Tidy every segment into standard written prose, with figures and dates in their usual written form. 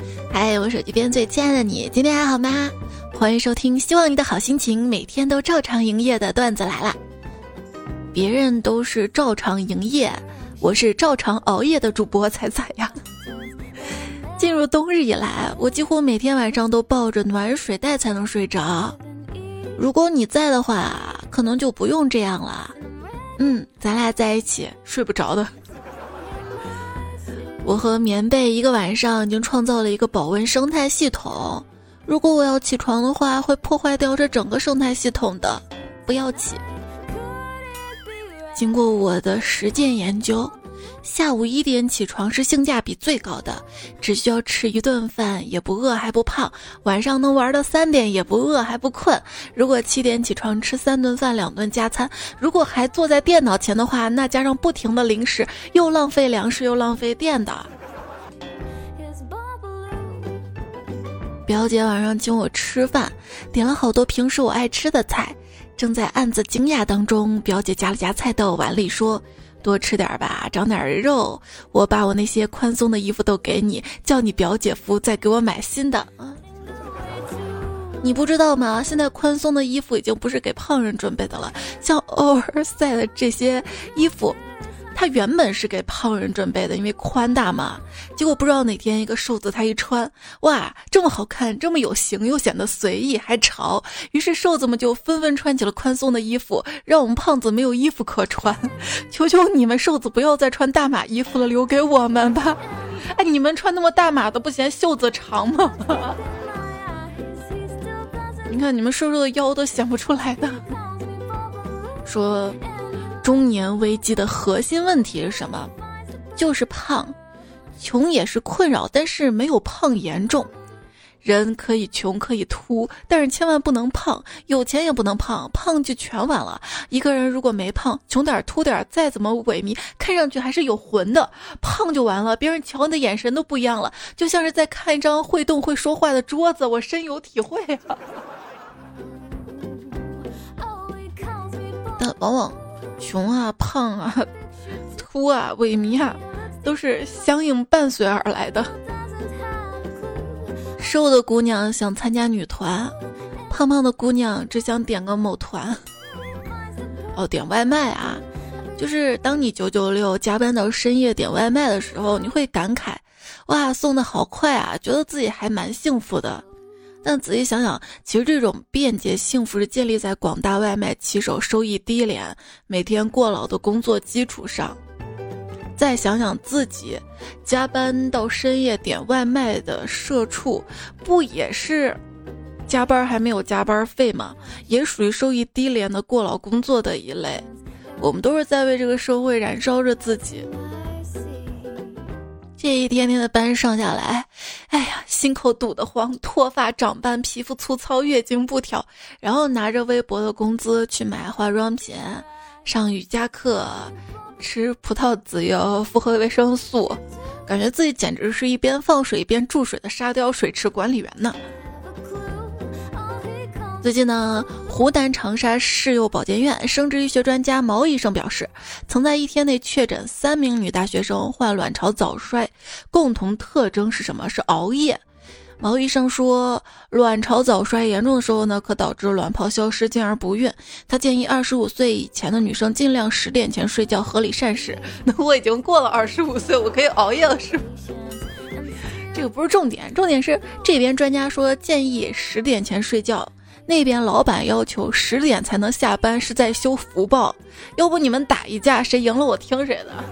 嗨，我手机边最亲爱的你，今天还好吗？欢迎收听希望你的好心情每天都照常营业的段子来了。别人都是照常营业，我是照常熬夜的主播彩彩呀。进入冬日以来，我几乎每天晚上都抱着暖水袋才能睡着。如果你在的话，可能就不用这样了。咱俩在一起睡不着的。我和棉被一个晚上已经创造了一个保温生态系统，如果我要起床的话，会破坏掉这整个生态系统的，不要起。经过我的实践研究，下午1点起床是性价比最高的，只需要吃1顿饭，也不饿还不胖，晚上能玩到3点也不饿还不困。如果7点起床吃3顿饭2顿加餐，如果还坐在电脑前的话，那加上不停的零食，又浪费粮食又浪费电的。表姐晚上请我吃饭，点了好多平时我爱吃的菜，正在暗自惊讶当中，表姐夹了夹菜到我碗里说，多吃点吧，长点肉，我把我那些宽松的衣服都给你，叫你表姐夫再给我买新的。你不知道吗？现在宽松的衣服已经不是给胖人准备的了，像 oversize 的这些衣服它原本是给胖人准备的，因为宽大嘛。结果不知道哪天一个瘦子他一穿，哇，这么好看，这么有型，又显得随意还潮，于是瘦子们就纷纷穿起了宽松的衣服，让我们胖子没有衣服可穿。求求你们瘦子不要再穿大码衣服了，留给我们吧。哎，你们穿那么大码的不嫌袖子长吗？你看你们瘦瘦的腰都显不出来的。说中年危机的核心问题是什么？就是胖。穷也是困扰，但是没有胖严重。人可以穷可以秃，但是千万不能胖，有钱也不能胖，胖就全完了。一个人如果没胖，穷点秃点，再怎么萎靡，看上去还是有魂的。胖就完了，别人瞧你的眼神都不一样了，就像是在看一张会动会说话的桌子，我深有体会啊。但往往穷啊胖啊秃啊萎靡啊都是相应伴随而来的。瘦的姑娘想参加女团，胖胖的姑娘只想点个某团。点外卖啊，就是当你996加班到深夜点外卖的时候，你会感慨，哇，送的好快啊，觉得自己还蛮幸福的。但仔细想想，其实这种便捷幸福是建立在广大外卖骑手收益低廉、每天过劳的工作基础上。再想想自己加班到深夜点外卖的社畜，不也是加班还没有加班费吗？也属于收益低廉的过劳工作的一类。我们都是在为这个社会燃烧着自己。这一天天的班上下来，哎呀，心口堵得慌，脱发长斑，皮肤粗糙，月经不调，然后拿着微薄的工资去买化妆品，上瑜伽课，吃葡萄籽油，复合维生素，感觉自己简直是一边放水一边注水的沙雕水池管理员呢。最近呢，湖南长沙市幼保健院生殖医学专家毛医生表示，曾在1天内确诊3名女大学生患卵巢早衰，共同特征是什么？是熬夜。毛医生说，卵巢早衰严重的时候呢，可导致卵泡消失，进而不孕。他建议25岁以前的女生尽量10点前睡觉，合理膳食。那我已经过了25岁，我可以熬夜了是吗？这个不是重点，重点是这边专家说建议10点前睡觉，那边老板要求10点才能下班，是在修福报。要不你们打一架，谁赢了我听谁的。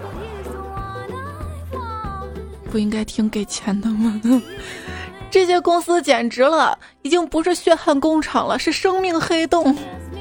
不应该听给钱的吗？这些公司简直了，已经不是血汗工厂了，是生命黑洞。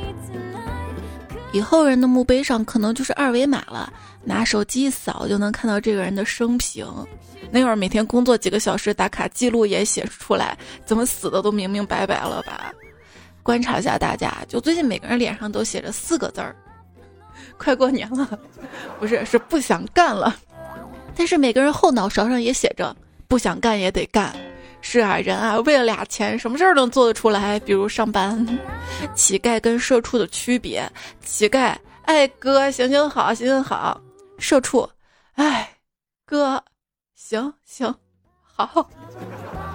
以后人的墓碑上可能就是2维码了，拿手机一扫就能看到这个人的生平。那会儿每天工作几个小时，打卡记录也写出来，怎么死的都明明白白了吧。观察一下大家，就最近每个人脸上都写着4个字儿，快过年了，不是，是不想干了。但是每个人后脑勺上也写着不想干也得干。是啊，人啊，为了俩钱，什么事儿都能做得出来，比如上班。乞丐跟社畜的区别，乞丐，哎哥，行行好，行行好；社畜，哎哥，行行好。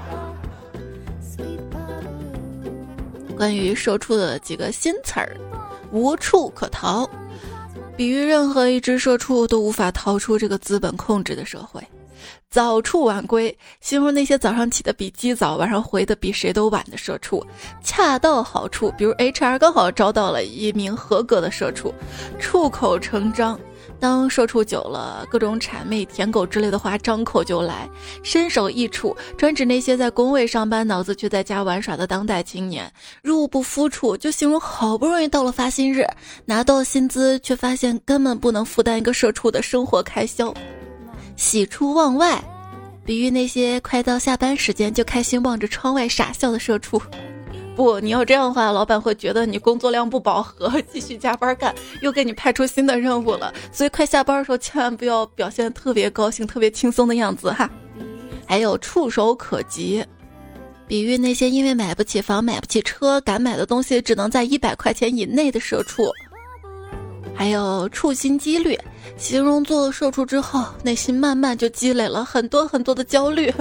关于社畜的几个新词儿：无处可逃，比喻任何一只社畜都无法逃出这个资本控制的社会；早出晚归，形容那些早上起得比鸡早，晚上回的比谁都晚的社畜；恰到好处，比如 HR 刚好招到了一名合格的社畜；出口成章，当社畜久了，各种谄媚舔狗之类的话张口就来；身首异处，专指那些在工位上班，脑子却在家玩耍的当代青年；入不敷出，就形容好不容易到了发薪日，拿到薪资却发现根本不能负担一个社畜的生活开销；喜出望外，比喻那些快到下班时间就开心望着窗外傻笑的社畜。不，你要这样的话，老板会觉得你工作量不饱和，继续加班干，又给你派出新的任务了。所以快下班的时候，千万不要表现得特别高兴、特别轻松的样子哈。还有触手可及，比喻那些因为买不起房、买不起车，敢买的东西只能在100块钱以内的社畜。还有处心积虑，形容做了社畜之后，内心慢慢就积累了很多很多的焦虑。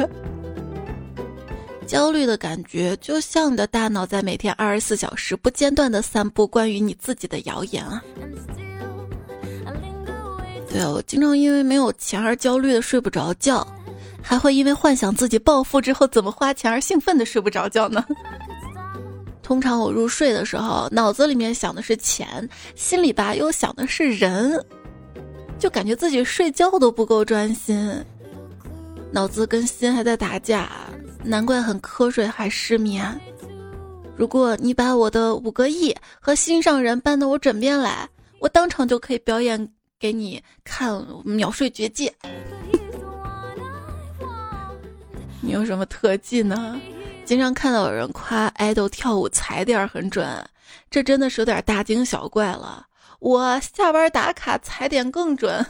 焦虑的感觉就像你的大脑在每天24小时不间断地散布关于你自己的谣言啊。对啊，我经常因为没有钱而焦虑的睡不着觉，还会因为幻想自己暴富之后怎么花钱而兴奋的睡不着觉呢。通常我入睡的时候，脑子里面想的是钱，心里吧又想的是人，就感觉自己睡觉都不够专心，脑子跟心还在打架，难怪很瞌睡还失眠。如果你把我的5个亿和心上人搬到我枕边来，我当场就可以表演给你看秒睡绝技。你有什么特技呢？经常看到有人夸爱豆跳舞踩点很准，这真的是有点大惊小怪了。我下班打卡踩点更准。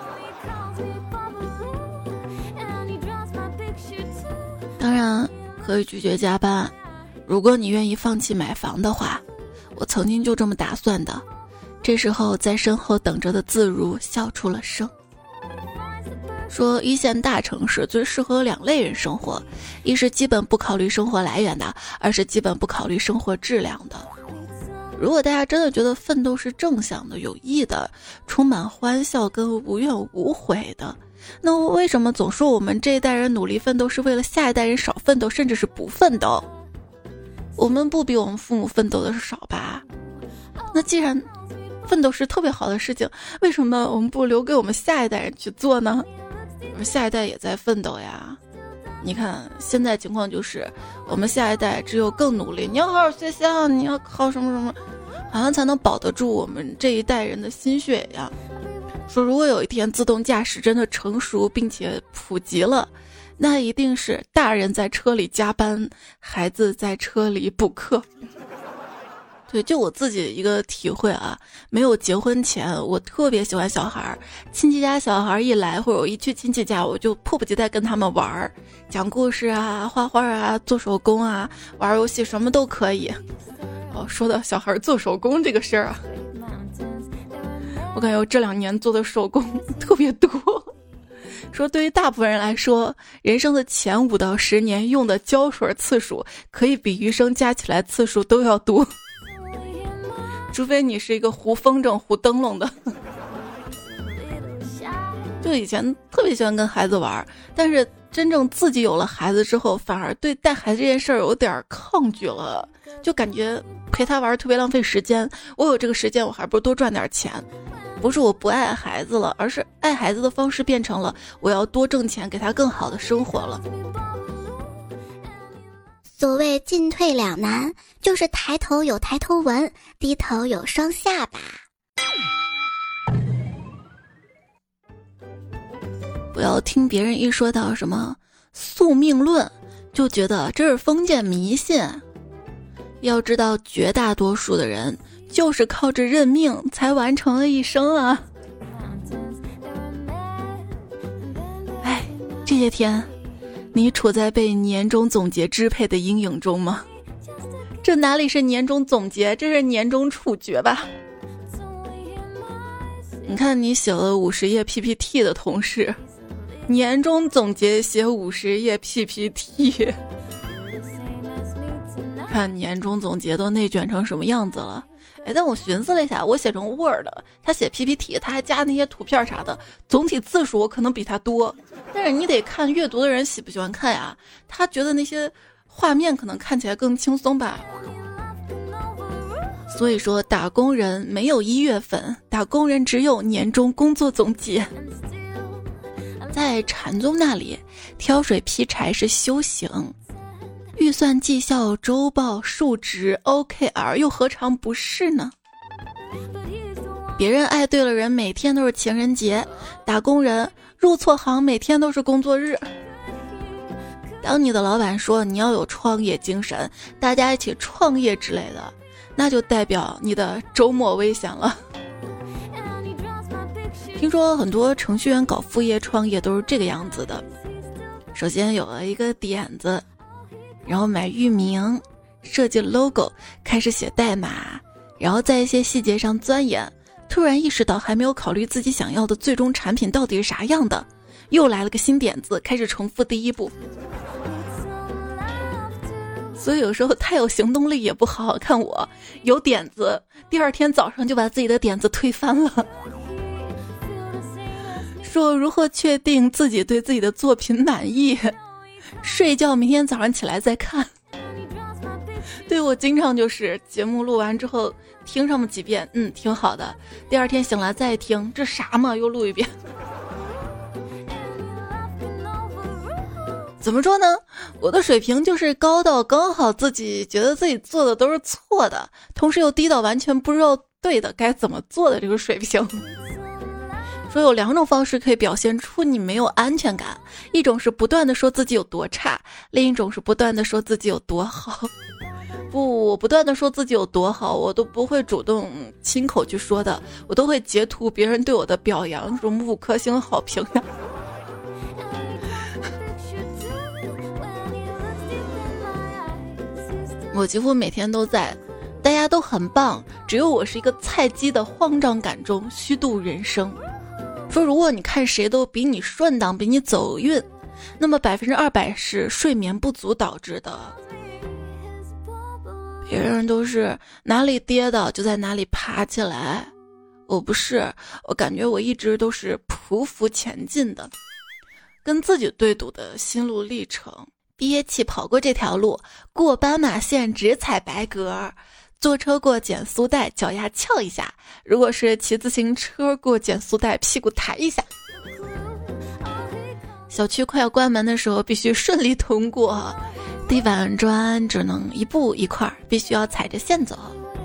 当然可以拒绝加班，如果你愿意放弃买房的话，我曾经就这么打算的。这时候在身后等着的自如笑出了声，说一线大城市最适合2类人生活，一是基本不考虑生活来源的，二是基本不考虑生活质量的。如果大家真的觉得奋斗是正向的、有益的、充满欢笑跟无怨无悔的，那为什么总说我们这一代人努力奋斗是为了下一代人少奋斗，甚至是不奋斗？我们不比我们父母奋斗的少吧？那既然奋斗是特别好的事情，为什么我们不留给我们下一代人去做呢？下一代也在奋斗呀。你看现在情况就是我们下一代只有更努力，你要好好学习啊，你要考什么什么，好像才能保得住我们这一代人的心血呀。说如果有一天自动驾驶真的成熟并且普及了，那一定是大人在车里加班，孩子在车里补课。对，就我自己一个体会啊，没有结婚前我特别喜欢小孩，亲戚家小孩一来或者我一去亲戚家，我就迫不及待跟他们玩，讲故事啊，画画啊，做手工啊，玩游戏什么都可以。说到小孩做手工这个事儿啊，我感觉我这2年做的手工特别多。说对于大部分人来说，人生的前5到10年用的胶水次数可以比余生加起来次数都要多，除非你是一个糊风筝糊灯笼的。就以前特别喜欢跟孩子玩，但是真正自己有了孩子之后，反而对带孩子这件事儿有点抗拒了，就感觉陪他玩特别浪费时间，我有这个时间我还不如多赚点钱。不是我不爱孩子了，而是爱孩子的方式变成了我要多挣钱给他更好的生活了。 所谓进退两难，就是抬头有抬头纹，低头有双下巴。 不要听别人一说到什么宿命论就觉得这是封建迷信，要知道绝大多数的人就是靠着认命才完成了一生啊。哎，这些天你处在被年终总结支配的阴影中吗？这哪里是年终总结，这是年终处决吧。你看你写了50页 PPT 的同事，年终总结写50页 PPT。 看年终总结都内卷成什么样子了。但我寻思了一下，我写成 Word， 他写 PPT， 他还加那些图片啥的，总体字数我可能比他多，但是你得看阅读的人喜不喜欢看呀，他觉得那些画面可能看起来更轻松吧。所以说打工人没有1月份，打工人只有年终工作总结。在禅宗那里，挑水劈柴是修行，预算绩效周报数值 OKR 又何尝不是呢？别人爱对了人，每天都是情人节，打工人入错行每天都是工作日。当你的老板说你要有创业精神，大家一起创业之类的，那就代表你的周末危险了。听说很多程序员搞副业创业都是这个样子的，首先有了一个点子，然后买域名，设计 logo， 开始写代码，然后在一些细节上钻研，突然意识到还没有考虑自己想要的最终产品到底是啥样的，又来了个新点子，开始重复第一步。所以有时候太有行动力也不好，看我有点子，第二天早上就把自己的点子推翻了。说如何确定自己对自己的作品满意？睡觉，明天早上起来再看。对，我经常就是节目录完之后听上么几遍，挺好的，第二天醒来再听，这啥嘛，又录一遍。怎么说呢？我的水平就是高到刚好自己觉得自己做的都是错的，同时又低到完全不知道对的该怎么做的这个水平。说有2种方式可以表现出你没有安全感，一种是不断的说自己有多差，另一种是不断的说自己有多好。我不断的说自己有多好，我都不会主动亲口去说的，我都会截图别人对我的表扬，什么5颗星好评呀。我几乎每天都在，大家都很棒，只有我是一个菜鸡的慌张感中虚度人生。说如果你看谁都比你顺当，比你走运，那么200%是睡眠不足导致的。别人都是哪里跌倒就在哪里爬起来，我不是，我感觉我一直都是匍匐前进的，跟自己对赌的心路历程。憋气跑过这条路，过斑马线只踩白格，坐车过减速带脚丫翘一下，如果是骑自行车过减速带屁股抬一下。小区快要关门的时候必须顺利通过，地板砖只能一步一块，必须要踩着线走。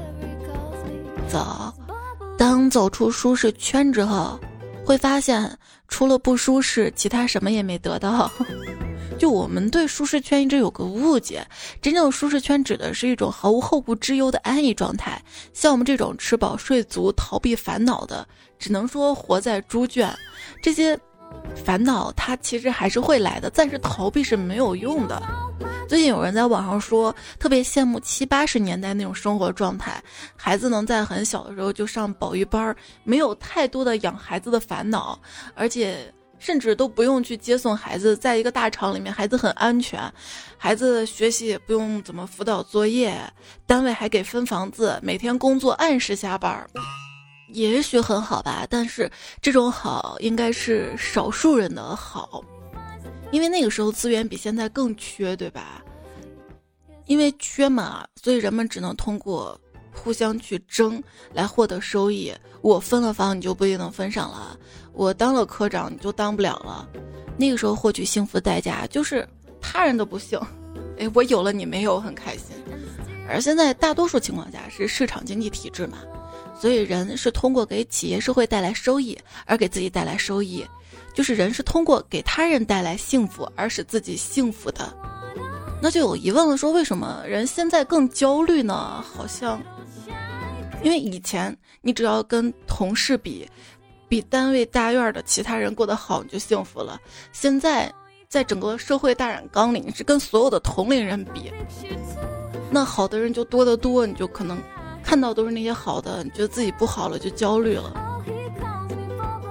当走出舒适圈之后，会发现除了不舒适，其他什么也没得到。就我们对舒适圈一直有个误解，真正的舒适圈指的是一种毫无后顾之忧的安逸状态，像我们这种吃饱睡足逃避烦恼的，只能说活在猪圈。这些烦恼它其实还是会来的，但是逃避是没有用的。最近有人在网上说特别羡慕70、80年代那种生活状态，孩子能在很小的时候就上保育班，没有太多的养孩子的烦恼，而且甚至都不用去接送孩子，在一个大厂里面孩子很安全，孩子学习也不用怎么辅导作业，单位还给分房子，每天工作按时下班。也许很好吧，但是这种好应该是少数人的好，因为那个时候资源比现在更缺，对吧？因为缺嘛，所以人们只能通过互相去争来获得收益。我分了房你就不一定能分上了，我当了科长你就当不了了。那个时候获取幸福的代价就是他人的不幸，我有了你没有很开心。而现在大多数情况下是市场经济体制嘛，所以人是通过给企业社会带来收益而给自己带来收益，就是人是通过给他人带来幸福而使自己幸福的。那就有疑问了，说为什么人现在更焦虑呢？好像因为以前你只要跟同事比单位大院的其他人过得好你就幸福了，现在在整个社会大染缸里你是跟所有的同龄人比，那好的人就多得多，你就可能看到都是那些好的，你觉得自己不好了就焦虑了。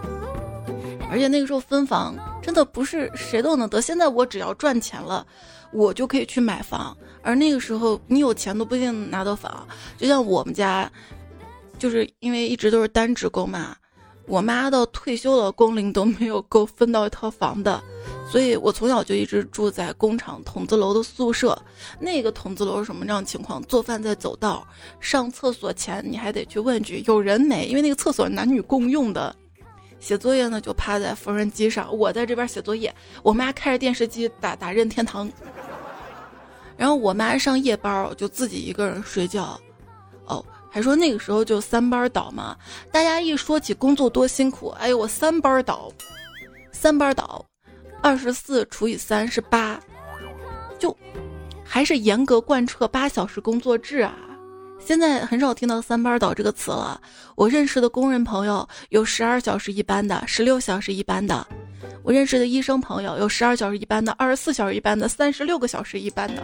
而且那个时候分房真的不是谁都能得，现在我只要赚钱了， 我就可以去买房。而那个时候你有钱都不一定拿到房。就像我们家，就是因为一直都是单职工嘛，我妈到退休了工龄都没有够分到一套房的，所以我从小就一直住在工厂筒子楼的宿舍。那个筒子楼是什么样情况？做饭在走道，上厕所前你还得去问句有人没，因为那个厕所男女共用的。写作业呢就趴在缝纫机上，我在这边写作业，我妈开着电视机打任天堂。然后我妈上夜班，我就自己一个人睡觉。还说那个时候就3班倒嘛，大家一说起工作多辛苦，哎呦我3班倒，24除以3是8，就还是严格贯彻8小时工作制啊。现在很少听到3班倒这个词了。我认识的工人朋友有12小时一班的，16小时一班的。我认识的医生朋友有12小时一班的，24小时一班的，36个小时一班的。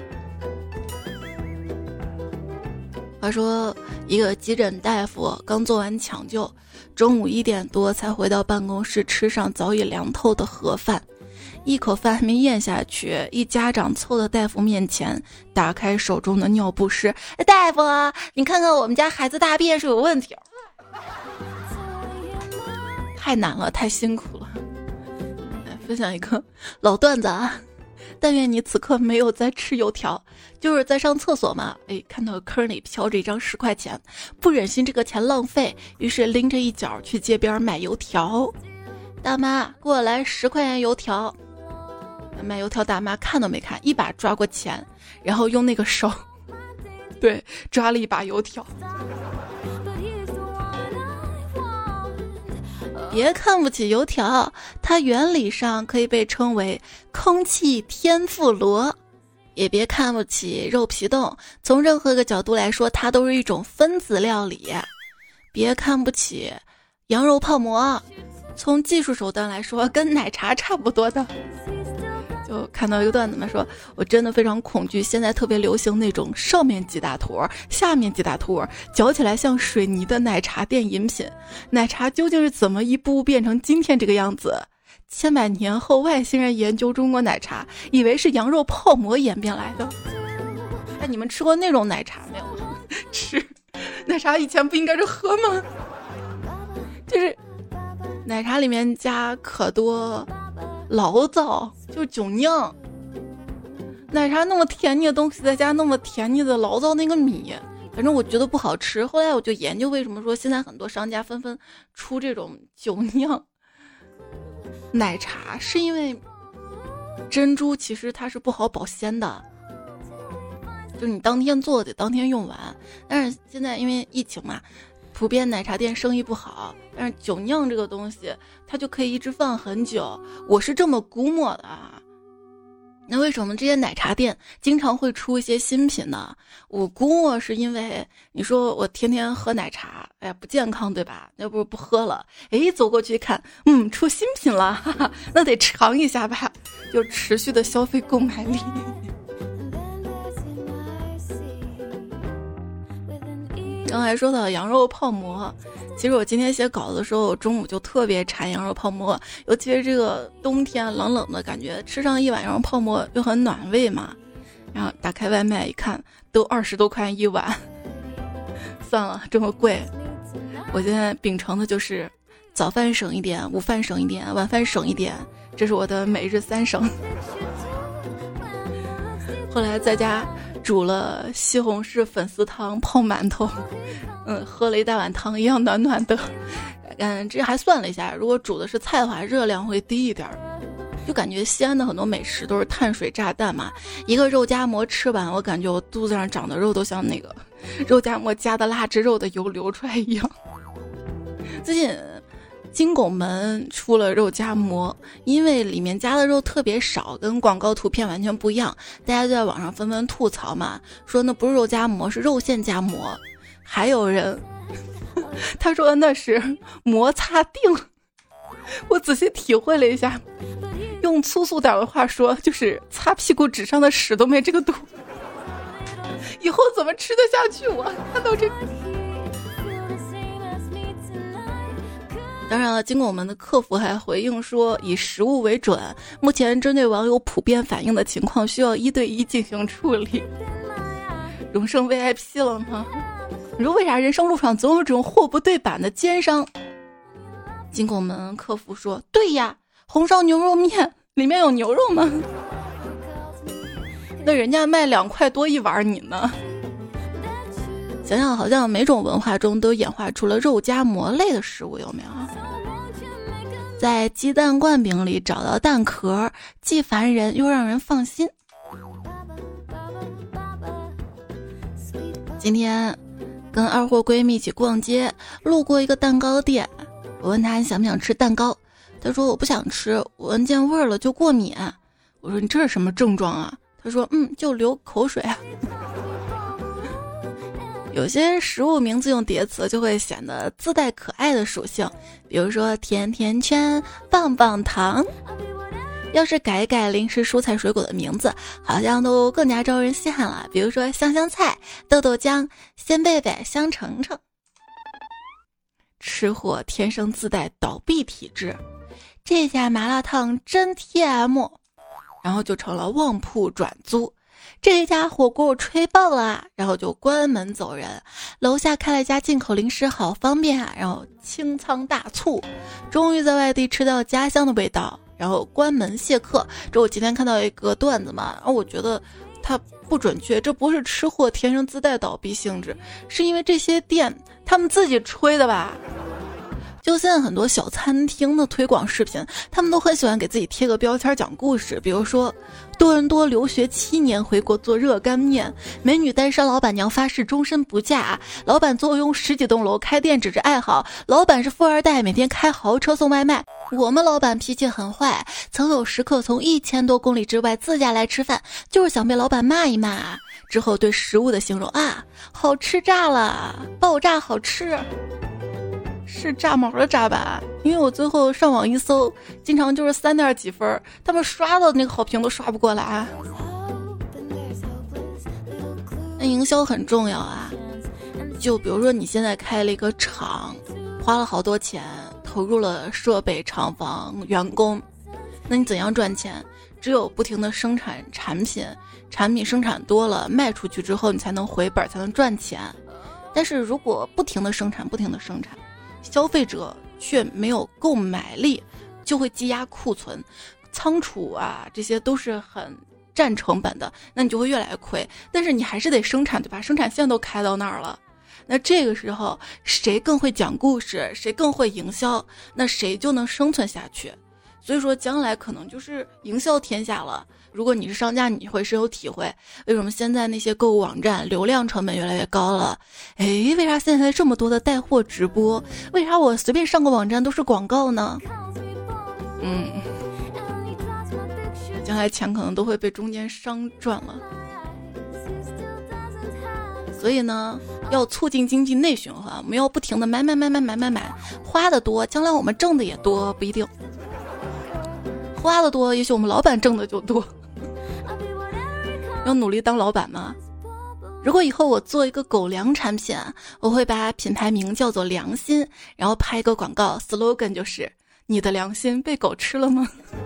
话说一个急诊大夫刚做完抢救，中午1点多才回到办公室，吃上早已凉透的盒饭，一口饭还没咽下去，一家长凑到大夫面前，打开手中的尿不湿，大夫啊，你看看我们家孩子大便是有问题。太难了，太辛苦了。分享一个老段子啊，但愿你此刻没有在吃油条，就是在上厕所嘛，看到坑里飘着一张10块钱，不忍心这个钱浪费，于是拎着一角去街边买油条。大妈，给我来10块钱油条。卖油条大妈看都没看，一把抓过钱，然后用那个手，对，抓了一把油条。别看不起油条，它原理上可以被称为空气天妇罗。也别看不起肉皮冻，从任何一个角度来说，它都是一种分子料理。别看不起羊肉泡馍，从技术手段来说，跟奶茶差不多的。就看到一个段子嘛，说我真的非常恐惧，现在特别流行那种上面几大坨，下面几大坨，嚼起来像水泥的奶茶店饮品。奶茶究竟是怎么一步步变成今天这个样子？千百年后，外星人研究中国奶茶，以为是羊肉泡馍演变来的。哎，你们吃过那种奶茶没有？吃奶茶以前不应该是喝吗？就是奶茶里面加可多醪糟，就是酒酿。奶茶那么甜腻的东西，再加那么甜腻的醪糟那个米，反正我觉得不好吃。后来我就研究为什么说现在很多商家纷纷出这种酒酿奶茶，是因为珍珠其实它是不好保鲜的，就是你当天做得当天用完。但是现在因为疫情嘛，普遍奶茶店生意不好，但是酒酿这个东西它就可以一直放很久，我是这么估摸的啊。那为什么这些奶茶店经常会出一些新品呢？我估摸是因为你说我天天喝奶茶，哎呀不健康对吧？要不喝了，走过去一看，出新品了，哈哈，那得尝一下吧，就持续的消费购买力。刚才说到羊肉泡馍，其实我今天写稿子的时候，我中午就特别馋羊肉泡馍，尤其是这个冬天冷冷的感觉，吃上一碗羊肉泡馍又很暖胃嘛。然后打开外卖一看，都20多块一碗，算了，这么贵。我现在秉承的就是早饭省一点，午饭省一点，晚饭省一点，这是我的每日3省。后来在家煮了西红柿粉丝汤泡馒头，喝了一大碗汤，一样暖暖的。这还算了一下，如果煮的是菜的话，热量会低一点。就感觉西安的很多美食都是碳水炸弹嘛，一个肉夹馍吃完，我感觉我肚子上长的肉都像那个肉夹馍加的腊汁肉的油流出来一样。最近金拱门出了肉夹馍，因为里面加的肉特别少，跟广告图片完全不一样，大家就在网上纷纷吐槽嘛，说那不是肉夹馍，是肉馅夹馍。还有人他说那是摩擦定。我仔细体会了一下，用粗俗点的话说，就是擦屁股纸上的屎都没这个度。以后怎么吃得下去？我看到这个当然了，经过我们的客服还回应说，以实物为准，目前针对网友普遍反映的情况，需要1对1进行处理。荣升 VIP 了吗？你说为啥人生路上总有这种货不对版的奸商？经过我们客服说，对呀，红烧牛肉面里面有牛肉吗？那人家卖2块多一碗，你呢？想想好像每种文化中都演化出了肉夹馍类的食物，有没有？在鸡蛋灌饼里找到蛋壳，既烦人又让人放心。今天跟二货闺蜜一起逛街，路过一个蛋糕店，我问她你想不想吃蛋糕，她说我不想吃，我闻见味儿了就过敏。我说你这是什么症状啊？她说就流口水啊。有些食物名字用叠词就会显得自带可爱的属性，比如说甜甜圈、棒棒糖。要是改一改零食蔬菜水果的名字，好像都更加招人稀罕了，比如说香香菜、豆豆浆、鲜贝贝、香橙橙。吃货天生自带倒闭体质，这家麻辣烫真 TM， 然后就成了旺铺转租。这一家火锅我吹爆了，然后就关门走人。楼下开了一家进口零食，好方便啊，然后清仓大促，终于在外地吃到家乡的味道，然后关门谢客。这我今天看到一个段子嘛，我觉得它不准确，这不是吃货天生自带倒闭性质，是因为这些店他们自己吹的吧。就现在很多小餐厅的推广视频，他们都很喜欢给自己贴个标签讲故事，比如说多伦多留学7年回国做热干面，美女单身老板娘发誓终身不嫁，老板坐拥10几栋楼开店只是爱好，老板是富二代每天开豪车送外卖，我们老板脾气很坏，曾有时刻从1000多公里之外自驾来吃饭，就是想被老板骂一骂。之后对食物的形容啊，好吃炸了，爆炸好吃，是炸毛的炸吧？因为我最后上网一搜，经常就是3点几分，他们刷的那个好评都刷不过来。那营销很重要啊，就比如说你现在开了一个厂，花了好多钱，投入了设备、厂房、员工，那你怎样赚钱？只有不停的生产产品，产品生产多了，卖出去之后你才能回本，才能赚钱。但是如果不停的生产，消费者却没有购买力，就会积压库存，仓储啊，这些都是很占成本的，那你就会越来越亏。但是你还是得生产，对吧？生产线都开到那儿了，那这个时候谁更会讲故事，谁更会营销，那谁就能生存下去。所以说将来可能就是营销天下了。如果你是商家，你会深有体会，为什么现在那些购物网站流量成本越来越高了？为啥现在这么多的带货直播？为啥我随便上个网站都是广告呢？将来钱可能都会被中间商赚了。所以呢，要促进经济内循环，我们要不停的买，花的多，将来我们挣的也多，不一定。花的多，也许我们老板挣的就多。要努力当老板吗？如果以后我做一个狗粮产品，我会把品牌名叫做良心，然后拍一个广告 slogan 就是你的良心被狗吃了吗？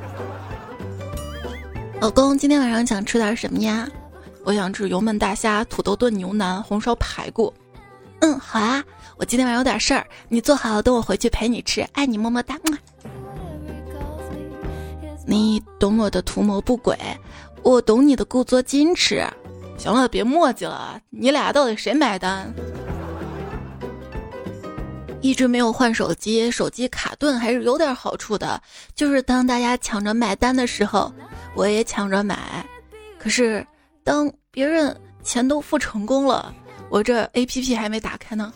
老公，今天晚上想吃点什么呀？我想吃油焖大虾、土豆炖牛腩、红烧排骨。好啊，我今天晚上有点事儿，你做好等我回去陪你吃，爱你么么哒。你懂我的图谋不轨，我懂你的故作矜持。行了，别磨叽了，你俩到底谁买单？一直没有换手机，手机卡顿还是有点好处的，就是当大家抢着买单的时候，我也抢着买。可是当别人钱都付成功了，我这 APP 还没打开呢。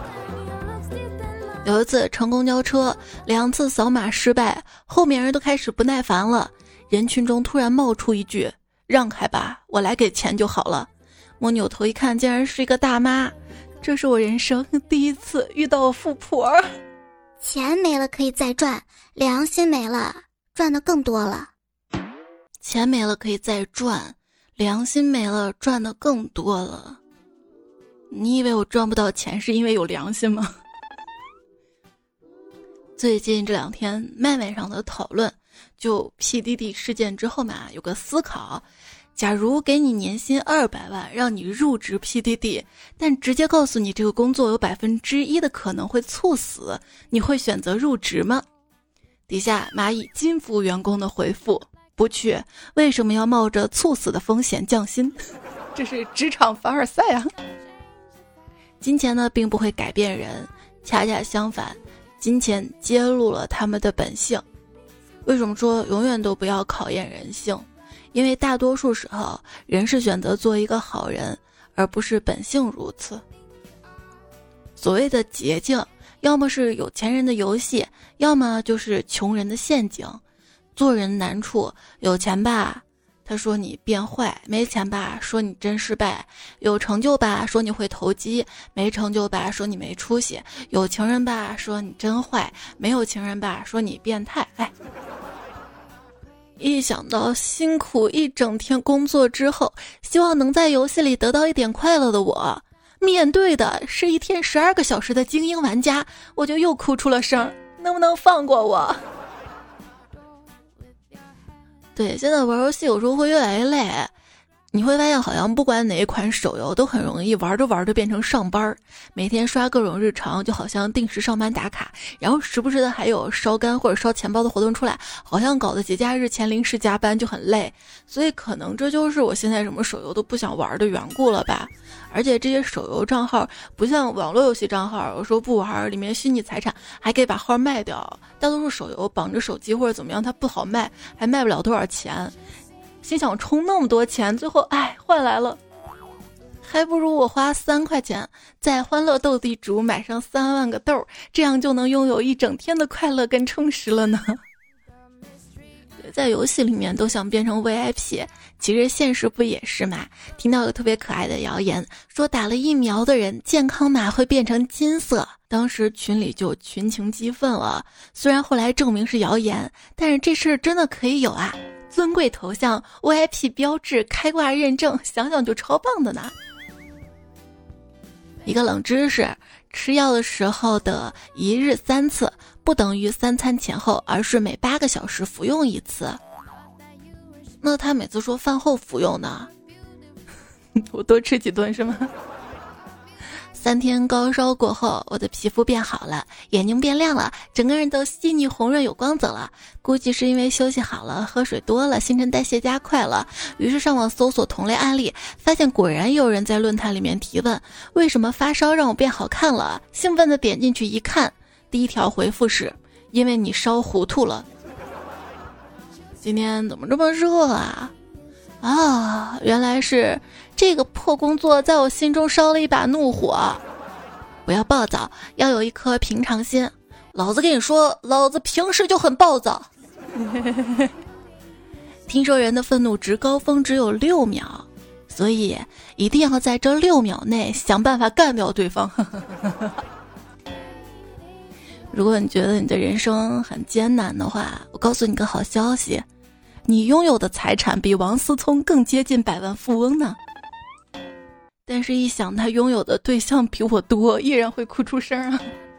有一次乘公交车，2次扫码失败，后面人都开始不耐烦了。人群中突然冒出一句：“让开吧，我来给钱就好了。”我扭头一看，竟然是一个大妈。这是我人生第一次遇到富婆。 钱没了可以再赚，良心没了赚的更多了。 钱没了可以再赚，良心没了赚的更多了。你以为我赚不到钱是因为有良心吗？ 最近这2天麦麦上的讨论，就 PDD 事件之后嘛，有个思考，假如给你年薪200万，让你入职 PDD， 但直接告诉你这个工作有1%的可能会猝死，你会选择入职吗？底下蚂蚁金服员工的回复：不去，为什么要冒着猝死的风险降薪？这是职场凡尔赛啊！金钱呢，并不会改变人，恰恰相反，金钱揭露了他们的本性。为什么说永远都不要考验人性？因为大多数时候，人是选择做一个好人，而不是本性如此。所谓的捷径，要么是有钱人的游戏，要么就是穷人的陷阱。做人难处，有钱吧，他说你变坏；没钱吧，说你真失败；有成就吧，说你会投机；没成就吧，说你没出息；有情人吧，说你真坏；没有情人吧，说你变态。一想到辛苦一整天工作之后，希望能在游戏里得到一点快乐的我，面对的是一天12个小时的精英玩家，我就又哭出了声，能不能放过我？对，现在玩游戏有时候会越来越累，你会发现好像不管哪一款手游都很容易玩着玩着变成上班，每天刷各种日常，就好像定时上班打卡，然后时不时的还有烧肝或者烧钱包的活动出来，好像搞得节假日前临时加班就很累。所以可能这就是我现在什么手游都不想玩的缘故了吧。而且这些手游账号不像网络游戏账号，有时候不玩里面虚拟财产还可以把号卖掉，大多数手游绑着手机或者怎么样它不好卖，还卖不了多少钱。心想充那么多钱，最后换来了，还不如我花3块钱在欢乐斗地主买上3万个豆，这样就能拥有一整天的快乐跟充实了呢。在游戏里面都想变成 VIP， 其实现实不也是嘛？听到有个特别可爱的谣言，说打了疫苗的人健康码会变成金色，当时群里就群情激愤了。虽然后来证明是谣言，但是这事真的可以有啊！尊贵头像 VIP 标志开挂认证，想想就超棒的呢。一个冷知识，吃药的时候的1日3次不等于3餐前后，而是每8个小时服用1次。那他每次说饭后服用呢？我多吃几顿是吗？3天高烧过后，我的皮肤变好了，眼睛变亮了，整个人都细腻红润有光泽了。估计是因为休息好了，喝水多了，新陈代谢加快了。于是上网搜索同类案例，发现果然有人在论坛里面提问，为什么发烧让我变好看了？兴奋的点进去一看，第一条回复是因为你烧糊涂了。今天怎么这么热啊？原来是这个破工作在我心中烧了一把怒火。不要暴躁，要有一颗平常心。老子跟你说，老子平时就很暴躁。听说人的愤怒值高峰只有6秒，所以一定要在这6秒内想办法干掉对方。如果你觉得你的人生很艰难的话，我告诉你个好消息，你拥有的财产比王思聪更接近百万富翁呢。但是一想他拥有的对象比我多，依然会哭出声啊。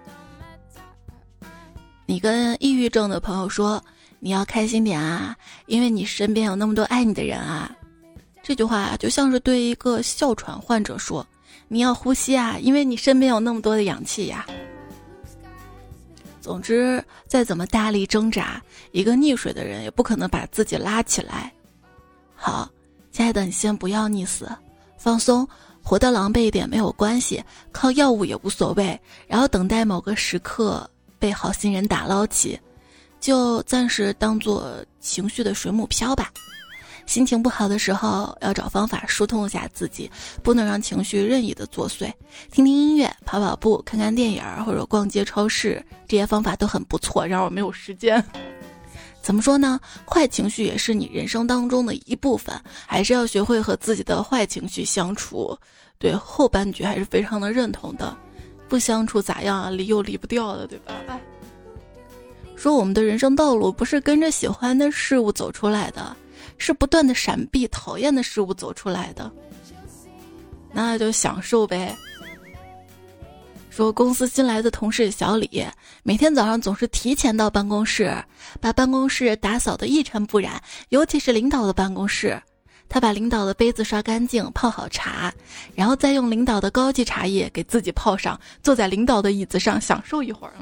你跟抑郁症的朋友说，你要开心点啊，因为你身边有那么多爱你的人啊。这句话就像是对一个哮喘患者说，你要呼吸啊，因为你身边有那么多的氧气呀。总之，再怎么大力挣扎，一个溺水的人也不可能把自己拉起来。好，亲爱的，你先不要溺死，放松，活得狼狈一点没有关系，靠药物也无所谓，然后等待某个时刻被好心人打捞起，就暂时当做情绪的水母漂吧。心情不好的时候，要找方法疏通一下自己，不能让情绪任意的作祟。听听音乐，跑跑步，看看电影，或者逛街超市，这些方法都很不错，然而我没有时间。怎么说呢？坏情绪也是你人生当中的一部分，还是要学会和自己的坏情绪相处。对，后半句还是非常的认同的。不相处咋样啊？离又离不掉的，对吧？说我们的人生道路不是跟着喜欢的事物走出来的，是不断的闪避讨厌的事物走出来的。那就享受呗。 说公司新来的同事小李，每天早上总是提前到办公室，把办公室打扫得一尘不染，尤其是领导的办公室。他把领导的杯子刷干净，泡好茶，然后再用领导的高级茶叶给自己泡上，坐在领导的椅子上享受一会儿。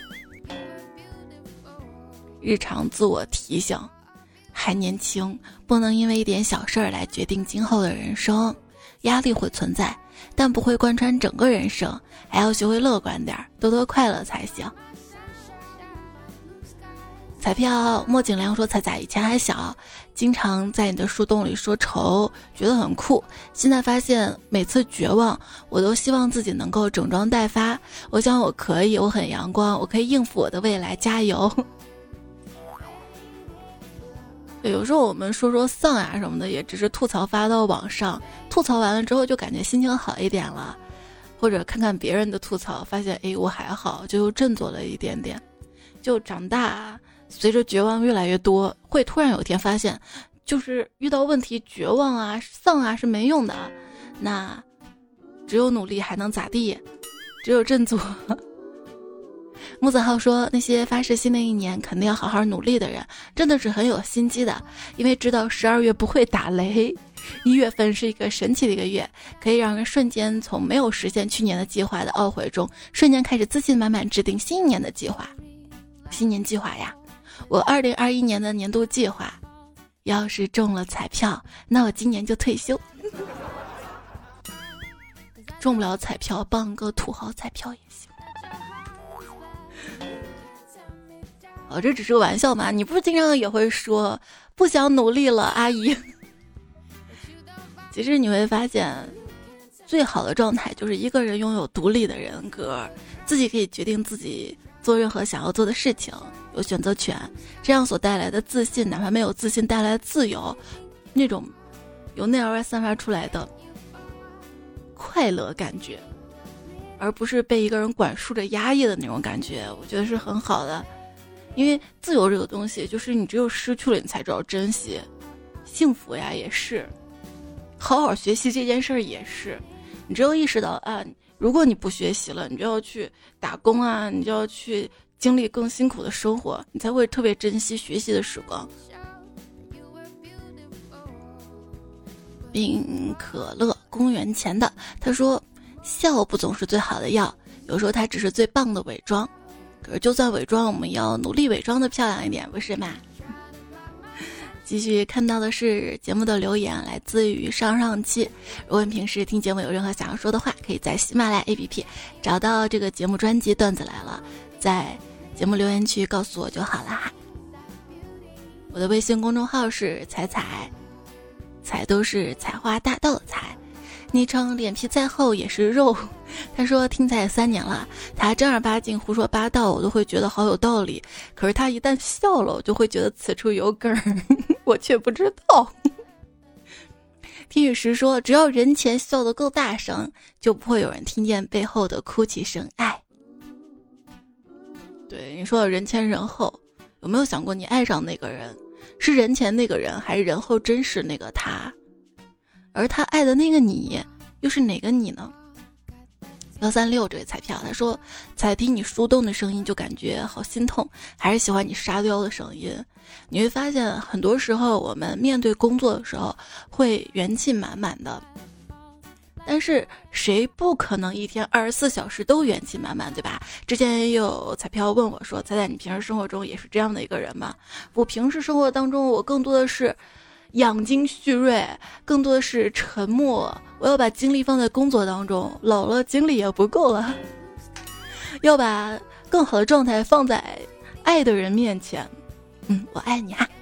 日常自我提醒，还年轻，不能因为一点小事儿来决定今后的人生。压力会存在，但不会贯穿整个人生，还要学会乐观点，多多快乐才行。彩票莫景良说，彩彩以前还小，经常在你的树洞里说愁，觉得很酷，现在发现每次绝望，我都希望自己能够整装待发。我想我可以，我很阳光，我可以应付我的未来，加油。有时候我们说丧啊什么的，也只是吐槽发到网上，吐槽完了之后就感觉心情好一点了，或者看看别人的吐槽，发现我还好，就又振作了一点点。就长大，随着绝望越来越多，会突然有一天发现，就是遇到问题绝望啊丧啊是没用的，那只有努力还能咋地，只有振作。木子浩说，那些发誓新的一年肯定要好好努力的人，真的是很有心机的，因为知道12月不会打雷，1月份是一个神奇的一个月，可以让人瞬间从没有实现去年的计划的懊悔中，瞬间开始自信满满制定新一年的计划。新年计划呀，我2021年的年度计划，要是中了彩票，那我今年就退休。中不了彩票，办个土豪彩票也行。这只是个玩笑嘛，你不是经常也会说不想努力了阿姨。其实你会发现，最好的状态就是一个人拥有独立的人格，自己可以决定自己做任何想要做的事情，有选择权，这样所带来的自信，哪怕没有自信带来的自由，那种由内而外散发出来的快乐感觉，而不是被一个人管束着压抑的那种感觉，我觉得是很好的。因为自由这个东西，就是你只有失去了，你才知道珍惜。幸福呀，也是；好好学习这件事儿也是。你只有意识到啊，如果你不学习了，你就要去打工啊，你就要去经历更辛苦的生活，你才会特别珍惜学习的时光。冰可乐公园前的他说，笑不总是最好的药，有时候它只是最棒的伪装。可是就算伪装，我们也要努力伪装的漂亮一点，不是吗？继续看到的是节目的留言，来自于上期。如果你平时听节目有任何想要说的话，可以在喜马拉雅 APP 找到这个节目专辑段子来了，在节目留言区告诉我就好了哈。我的微信公众号是彩彩，彩都是采花大豆的彩，昵称脸皮再厚也是肉。他说听彩也3年了，他正儿八经胡说八道我都会觉得好有道理，可是他一旦笑了，我就会觉得此处有梗我却不知道。听雨时说，只要人前笑得够大声，就不会有人听见背后的哭泣声。爱，对你说的人前人后，有没有想过你爱上那个人是人前那个人，还是人后真实那个他？而他爱的那个你又是哪个你呢？136这位彩票他说，彩听你树洞的声音就感觉好心痛，还是喜欢你沙雕的声音。你会发现很多时候我们面对工作的时候会元气满满的，但是谁不可能一天24小时都元气满满，对吧？之前也有彩票问我说，彩彩你平时生活中也是这样的一个人吗？我平时生活当中我更多的是养精蓄锐，更多的是沉默，我要把精力放在工作当中，老了精力也不够了，要把更好的状态放在爱的人面前。我爱你啊。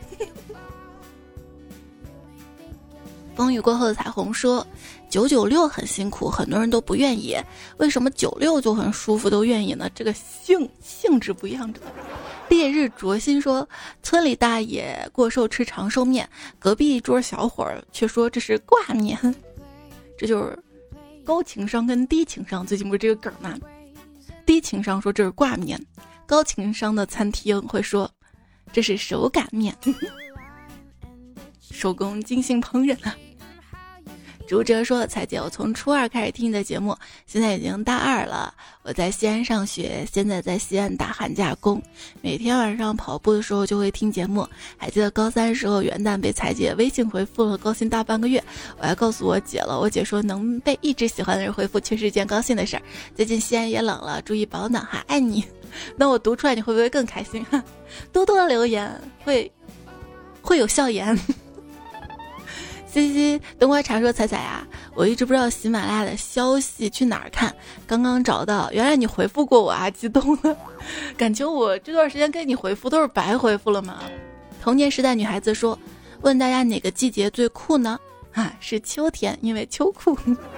风雨过后的彩虹说，996很辛苦，很多人都不愿意，为什么96就很舒服都愿意呢？这个性质不一样。烈日灼心说，村里大爷过寿吃长寿面，隔壁一桌小伙儿却说这是挂面。这就是高情商跟低情商，最近不是这个梗吗？低情商说这是挂面，高情商的餐厅会说这是手擀面。手工精心烹饪啊。 朱哲说：彩姐，我从初2开始听你的节目，现在已经大2了。我在西安上学，现在在西安打寒假工，每天晚上跑步的时候就会听节目。还记得高3时候元旦被彩姐微信回复了，高兴大半个月。我还告诉我姐了，我姐说能被一直喜欢的人回复确实一件高兴的事儿。最近西安也冷了，注意保暖哈，爱你。那我读出来你会不会更开心？多多留言会有笑颜。西西冬瓜茶说：彩彩啊，我一直不知道喜马拉雅的消息去哪儿看，刚刚找到，原来你回复过我啊，激动了，感情我这段时间给你回复都是白回复了吗？童年时代女孩子说：问大家哪个季节最酷呢？是秋天，因为秋酷。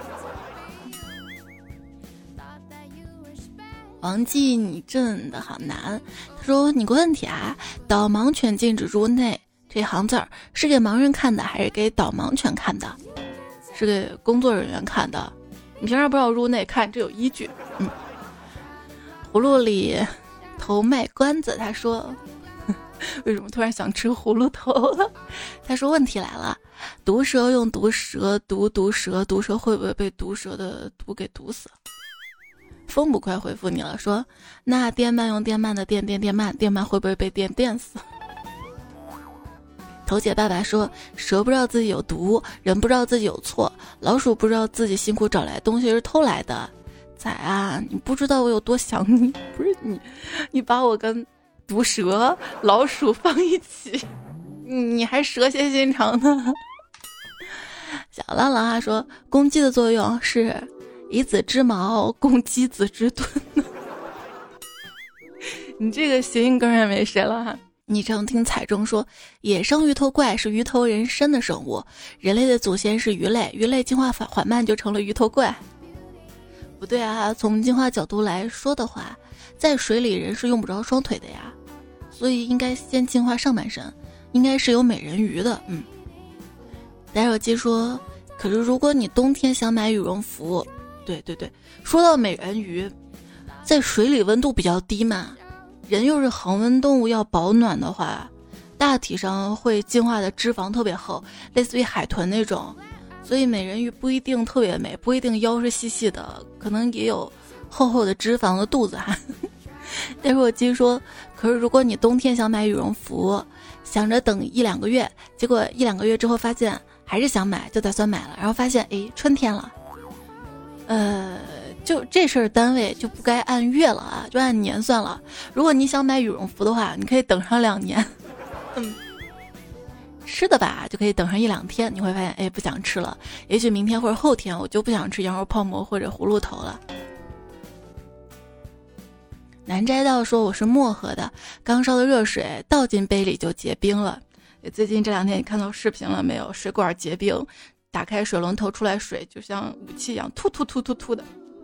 王记，你真的好难。他说：你个问题啊，导盲犬禁止入内，这行字儿是给盲人看的还是给导盲犬看的？是给工作人员看的。你平常不让入内看，这有依据。葫芦里头卖关子，他说为什么突然想吃葫芦头了？他说问题来了，毒蛇用毒蛇毒蛇，毒蛇会不会被毒蛇的毒给毒死？风不快回复你了，说那电鳗用电鳗的电鳗，电鳗会不会被电死？头姐爸爸说，蛇不知道自己有毒，人不知道自己有错，老鼠不知道自己辛苦找来东西是偷来的。仔啊，你不知道我有多想你，不是你把我跟毒蛇老鼠放一起，你还蛇蝎心肠呢。小浪浪啊说，公鸡的作用是以子之矛攻击子之盾。你这个谐音梗也没谁了哈。昵称听彩中说，野生鱼头怪是鱼头人身的生物，人类的祖先是鱼类，鱼类进化缓慢就成了鱼头怪。不对啊，从进化角度来说的话，在水里人是用不着双腿的呀，所以应该先进化上半身，应该是有美人鱼的。戴手机说，可是如果你冬天想买羽绒服，对，说到美人鱼，在水里温度比较低嘛，人又是恒温动物，要保暖的话，大体上会进化的脂肪特别厚，类似于海豚那种，所以美人鱼不一定特别美，不一定腰是细细的，可能也有厚厚的脂肪的肚子哈。但是我记说，可是如果你冬天想买羽绒服，想着等1-2个月，结果1-2个月之后发现还是想买，就打算买了，然后发现春天了，就这事儿单位就不该按月了啊，就按年算了。如果你想买羽绒服的话，你可以等上2年。吃的吧就可以等上1-2天，你会发现不想吃了，也许明天或者后天我就不想吃羊肉泡馍或者葫芦头了。南斋道说，我是漠河的，刚烧的热水倒进杯里就结冰了。最近这2天你看到视频了没有？水管结冰，打开水龙头出来水就像武器一样突的。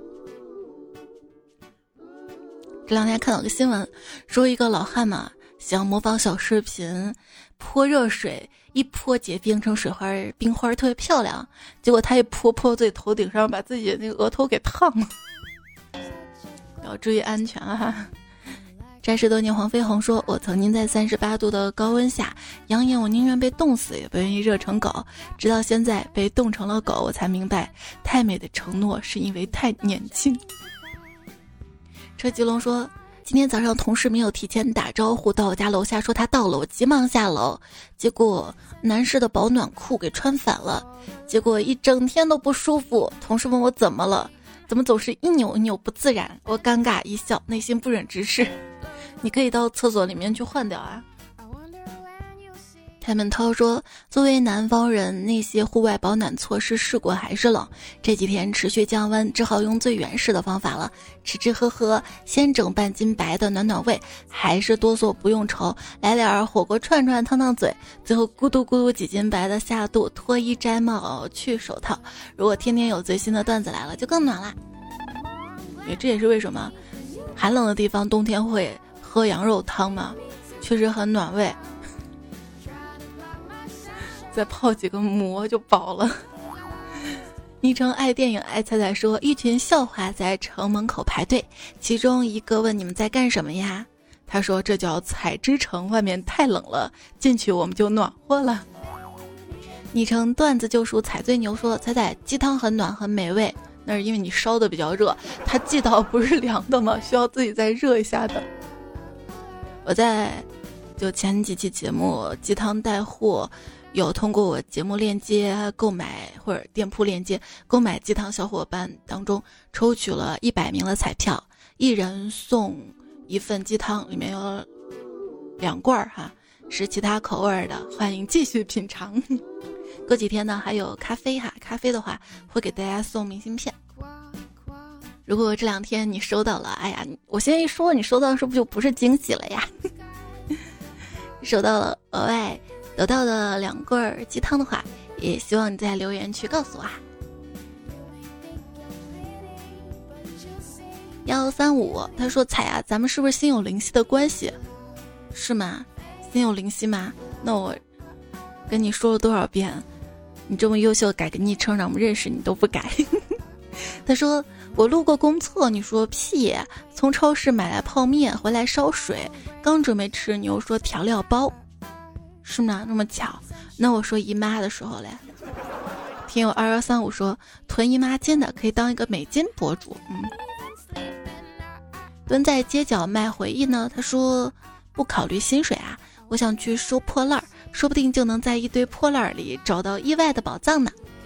这2天看到个新闻，说一个老汉嘛想模仿小视频泼热水，一泼结冰成水花冰花特别漂亮，结果他一泼自己头顶上，把自己那个额头给烫了。要注意安全啊。摘世多年黄飞鸿说，我曾经在38度的高温下扬言我宁愿被冻死也不愿意热成狗，直到现在被冻成了狗，我才明白太美的承诺是因为太年轻。车吉龙说，今天早上同事没有提前打招呼，到我家楼下说他到了，我急忙下楼，结果男士的保暖裤给穿反了，结果一整天都不舒服。同事问我怎么了，怎么总是一扭一扭不自然，我尴尬一笑，内心不忍直视。你可以到厕所里面去换掉啊。泰门涛说，作为南方人，那些户外保暖措施试过还是冷，这几天持续降温，只好用最原始的方法了，吃喝喝，先整半斤白的暖暖胃，还是哆嗦不用愁，来点火锅串串烫嘴，最后咕嘟咕嘟几斤白的下肚，脱衣摘帽去手套。如果天天有最新的段子来了，就更暖啦。这也是为什么寒冷的地方冬天会喝羊肉汤嘛，确实很暖胃，再泡几个馍就饱了。昵称爱电影爱彩彩说，一群校花在城门口排队，其中一个问你们在干什么呀？他说这叫彩之城，外面太冷了，进去我们就暖和了。 昵称段子救赎踩最牛说，彩彩鸡汤很暖很美味，那是因为你烧的比较热，它鸡汤不是凉的吗？需要自己再热一下的。我在就前几期节目鸡汤带货，有通过我节目链接购买或者店铺链接购买鸡汤小伙伴当中抽取了100名的彩票，1人送1份鸡汤，里面有2罐哈，是其他口味的，欢迎继续品尝。过几天呢还有咖啡哈，咖啡的话会给大家送明信片。如果这2天你收到了，哎呀，我先一说，你收到是不是就不是惊喜了呀？收到了额外得到的2罐鸡汤的话，也希望你在留言区告诉我啊。135他说，彩啊，咱们是不是心有灵犀的关系？是吗？心有灵犀吗？那我跟你说了多少遍，你这么优秀，改个昵称让我们认识你都不改。他说，我路过公厕，你说屁，从超市买来泡面回来烧水，刚准备吃，你又说调料包，是吗？那么巧？那我说姨妈的时候嘞。听友2135说，囤姨妈巾的可以当一个美金博主。蹲在街角卖回忆呢，他说不考虑薪水啊，我想去收破烂儿，说不定就能在一堆破烂儿里找到意外的宝藏呢。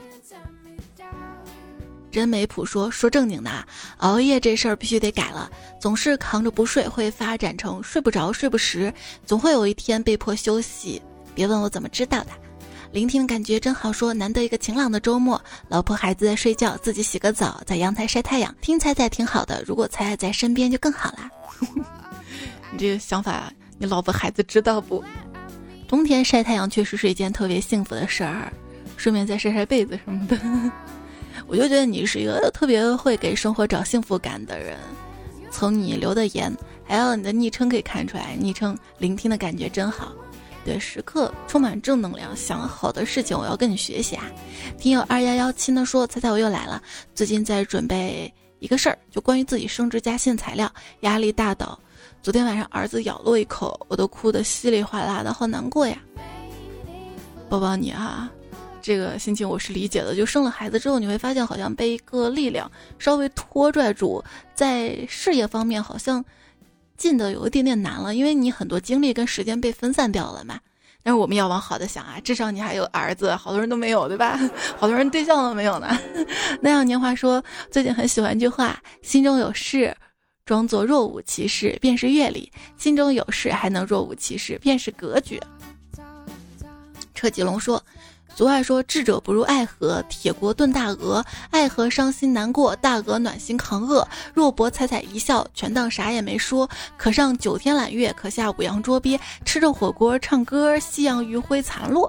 真美普说正经的啊，熬夜这事儿必须得改了，总是扛着不睡会发展成睡不着睡不实，总会有一天被迫休息，别问我怎么知道的。聆听的感觉真好说，难得一个晴朗的周末，老婆孩子在睡觉，自己洗个澡，在阳台晒太阳，听彩彩挺好的，如果彩彩在身边就更好啦。你这个想法你老婆孩子知道不？冬天晒太阳确实是一件特别幸福的事儿，顺便再晒晒被子什么的。我就觉得你是一个特别会给生活找幸福感的人，从你留的言还有你的昵称可以看出来，昵称聆听的感觉真好，对，时刻充满正能量，想好的事情我要跟你学习啊。听友2117呢说，彩彩我又来了，最近在准备一个事儿，就关于自己升职加薪材料，压力大到昨天晚上儿子咬了我一口，我都哭得稀里哗啦的，好难过呀。抱抱你啊，这个心情我是理解的，就生了孩子之后你会发现好像被一个力量稍微拖拽住，在事业方面好像进的有一点点难了，因为你很多精力跟时间被分散掉了嘛。但是我们要往好的想啊，至少你还有儿子，好多人都没有，对吧？好多人对象都没有呢。那样年华说，最近很喜欢一句话，心中有事装作若无其事便是阅历，心中有事还能若无其事便是格局。车吉龙说，俗话说，智者不入爱河，铁锅炖大鹅，爱河伤心难过，大鹅暖心扛饿，若博彩彩一笑，全当啥也没说，可上9天揽月，可下5洋捉鳖，吃着火锅唱歌，夕阳余晖残落。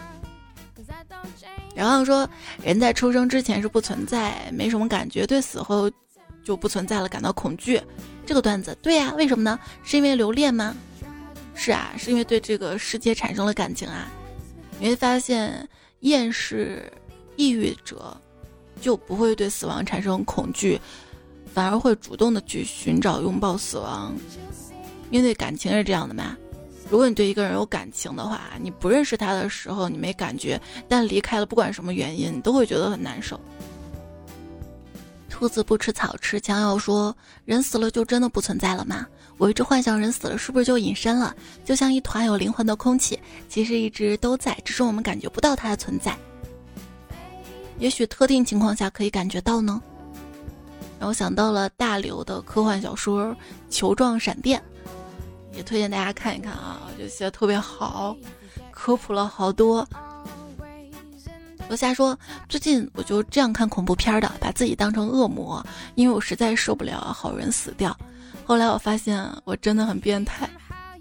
然后说，人在出生之前是不存在，没什么感觉，对死后就不存在了，感到恐惧。这个段子对啊，为什么呢？是因为留恋吗？是啊，是因为对这个世界产生了感情啊。你会发现，厌世、抑郁者就不会对死亡产生恐惧，反而会主动的去寻找拥抱死亡。因为感情是这样的嘛，如果你对一个人有感情的话，你不认识他的时候你没感觉，但离开了不管什么原因你都会觉得很难受。兔子不吃草吃，强要说，人死了就真的不存在了吗？我一直幻想人死了是不是就隐身了，就像一团有灵魂的空气，其实一直都在，只是我们感觉不到它的存在。也许特定情况下可以感觉到呢。然后想到了大刘的科幻小说《球状闪电》，也推荐大家看一看啊，我觉得写得特别好，科普了好多。罗夏说，最近我就这样看恐怖片的，把自己当成恶魔，因为我实在受不了好人死掉。后来我发现我真的很变态。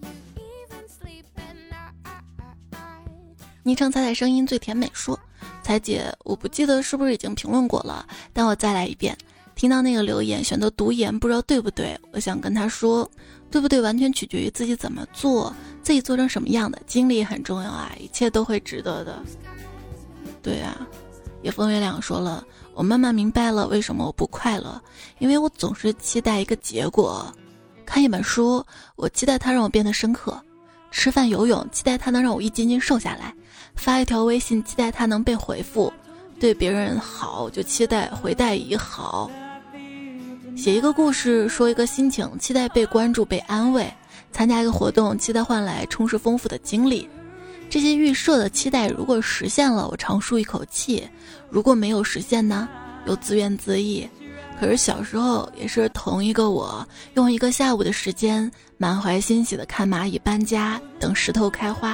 昵称彩彩声音最甜美说，彩姐，我不记得是不是已经评论过了，但我再来一遍。听到那个留言选择读言，不知道对不对，我想跟他说，对不对完全取决于自己怎么做，自己做成什么样的，经历很重要啊，一切都会值得的。对啊，野风月亮说了，我慢慢明白了为什么我不快乐，因为我总是期待一个结果。看一本书，我期待它让我变得深刻；吃饭游泳，期待它能让我一斤斤瘦下来； 发一条微信期待他能被回复，对别人好就期待回带以好，写一个故事说一个心情期待被关注被安慰，参加一个活动期待换来充实丰富的经历。这些预设的期待如果实现了，我长舒一口气，如果没有实现呢，又自怨自艾。可是小时候也是同一个我，用一个下午的时间满怀欣喜的看蚂蚁搬家，等石头开花。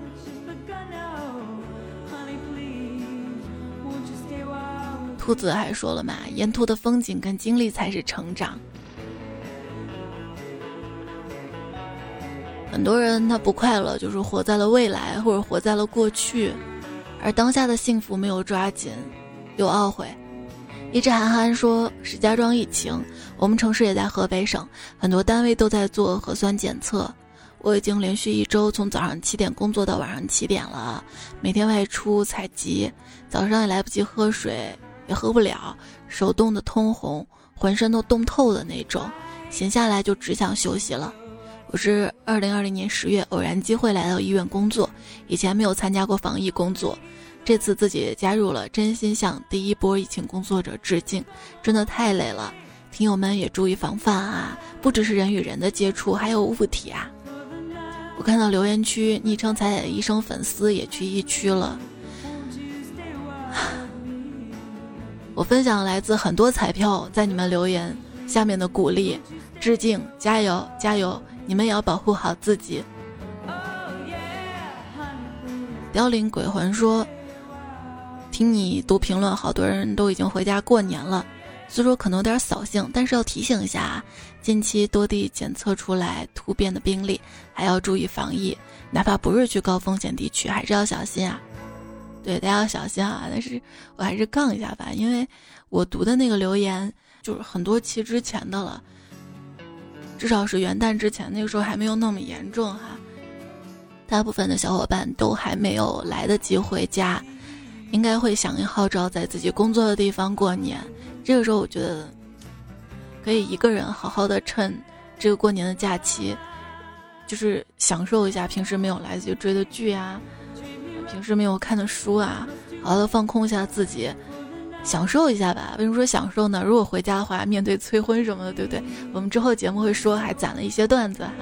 兔子还说了嘛，沿途的风景跟经历才是成长。很多人他不快乐，就是活在了未来，或者活在了过去，而当下的幸福没有抓紧，又懊悔。一只韩寒说，石家庄疫情，我们城市也在河北省，很多单位都在做核酸检测。我已经连续1周从早上7点工作到晚上7点了，每天外出采集，早上也来不及喝水，也喝不了，手冻得通红，浑身都冻透的那种，闲下来就只想休息了。我是2020年10月偶然机会来到医院工作，以前没有参加过防疫工作，这次自己加入了，真心向第一波疫情工作者致敬，真的太累了。听友们也注意防范啊，不只是人与人的接触，还有物体啊。我看到留言区昵称彩彩的医生粉丝也去疫区了。我分享来自很多彩票在你们留言下面的鼓励，致敬，加油加油，你们也要保护好自己。凋零鬼魂说，听你读评论，好多人都已经回家过年了，虽说可能有点扫兴，但是要提醒一下，近期多地检测出来突变的病例，还要注意防疫，哪怕不是去高风险地区，还是要小心啊。对，大家要小心啊！但是我还是杠一下吧，因为我读的那个留言就是很多期之前的了，至少是元旦之前，那个时候还没有那么严重哈。大部分的小伙伴都还没有来得及回家，应该会响应号召，在自己工作的地方过年。这个时候我觉得可以一个人好好的趁这个过年的假期，就是享受一下平时没有来得及追的剧啊，平时没有看的书啊，好好的放空一下自己，享受一下吧。为什么说享受呢？如果回家的话，面对催婚什么的，对不对？我们之后节目会说，还攒了一些段子哈。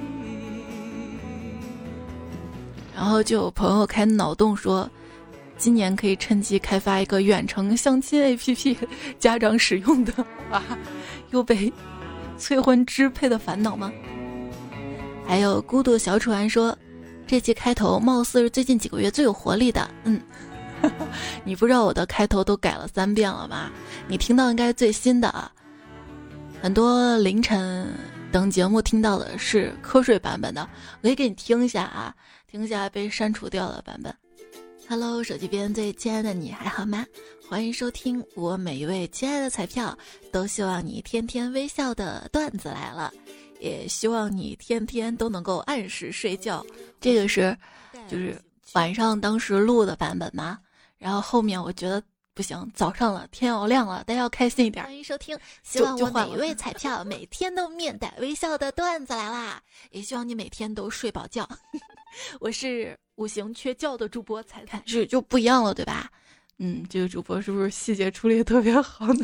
然后就有朋友开脑洞说，今年可以趁机开发一个远程相亲 APP， 家长使用的啊，又被催婚支配的烦恼吗？还有孤独小楚安说，这期开头貌似是最近几个月最有活力的。你不知道我的开头都改了3遍了吧？你听到应该最新的，很多凌晨等节目听到的是瞌睡版本的，我可以给你听一下啊，听一下被删除掉的版本。Hello， 手机边最亲爱的你还好吗？欢迎收听我每一位亲爱的彩票，都希望你天天微笑的段子来了，也希望你天天都能够按时睡觉。这个是就是晚上当时录的版本嘛，然后后面我觉得不行，早上了，天要亮了，大家要开心一点。欢迎收听，希望我每一位彩票每天都面带微笑的段子来啦，也希望你每天都睡饱觉。我是5行缺觉的主播彩彩，就不一样了，对吧？这个主播是不是细节处理得特别好呢？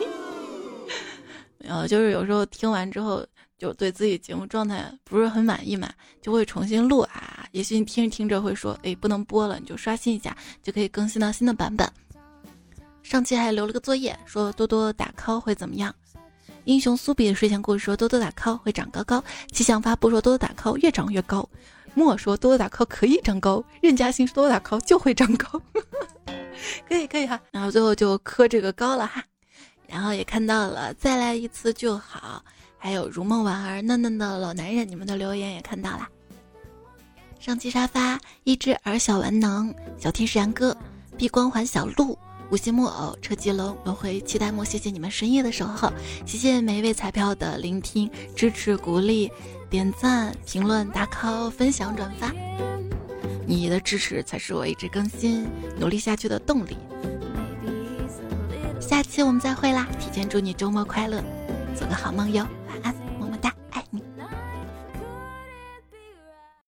没有，就是有时候听完之后就对自己节目状态不是很满意嘛，就会重新录啊。也许你听着听着会说，不能播了，你就刷新一下，就可以更新到新的版本。上期还留了个作业，说多多打 call 会怎么样？英雄苏比的睡前故事说多多打 call 会长高高。气象发布说多多打 call 越长越高。莫说多多打 call 可以长高，任嘉欣说多多打 call 就会长高。可以哈，然后最后就磕这个高了哈。然后也看到了再来一次就好，还有如梦婉儿嫩嫩的老男人，你们的留言也看到了。上期沙发一只耳小文能小天使然哥碧光环小鹿无心木偶车吉龙轮回期待木，谢谢你们深夜的守候，谢谢每一位彩票的聆听支持鼓励点赞评论打 call 分享转发，你的支持才是我一直更新努力下去的动力。下期我们再会啦，提前祝你周末快乐，做个好梦哟。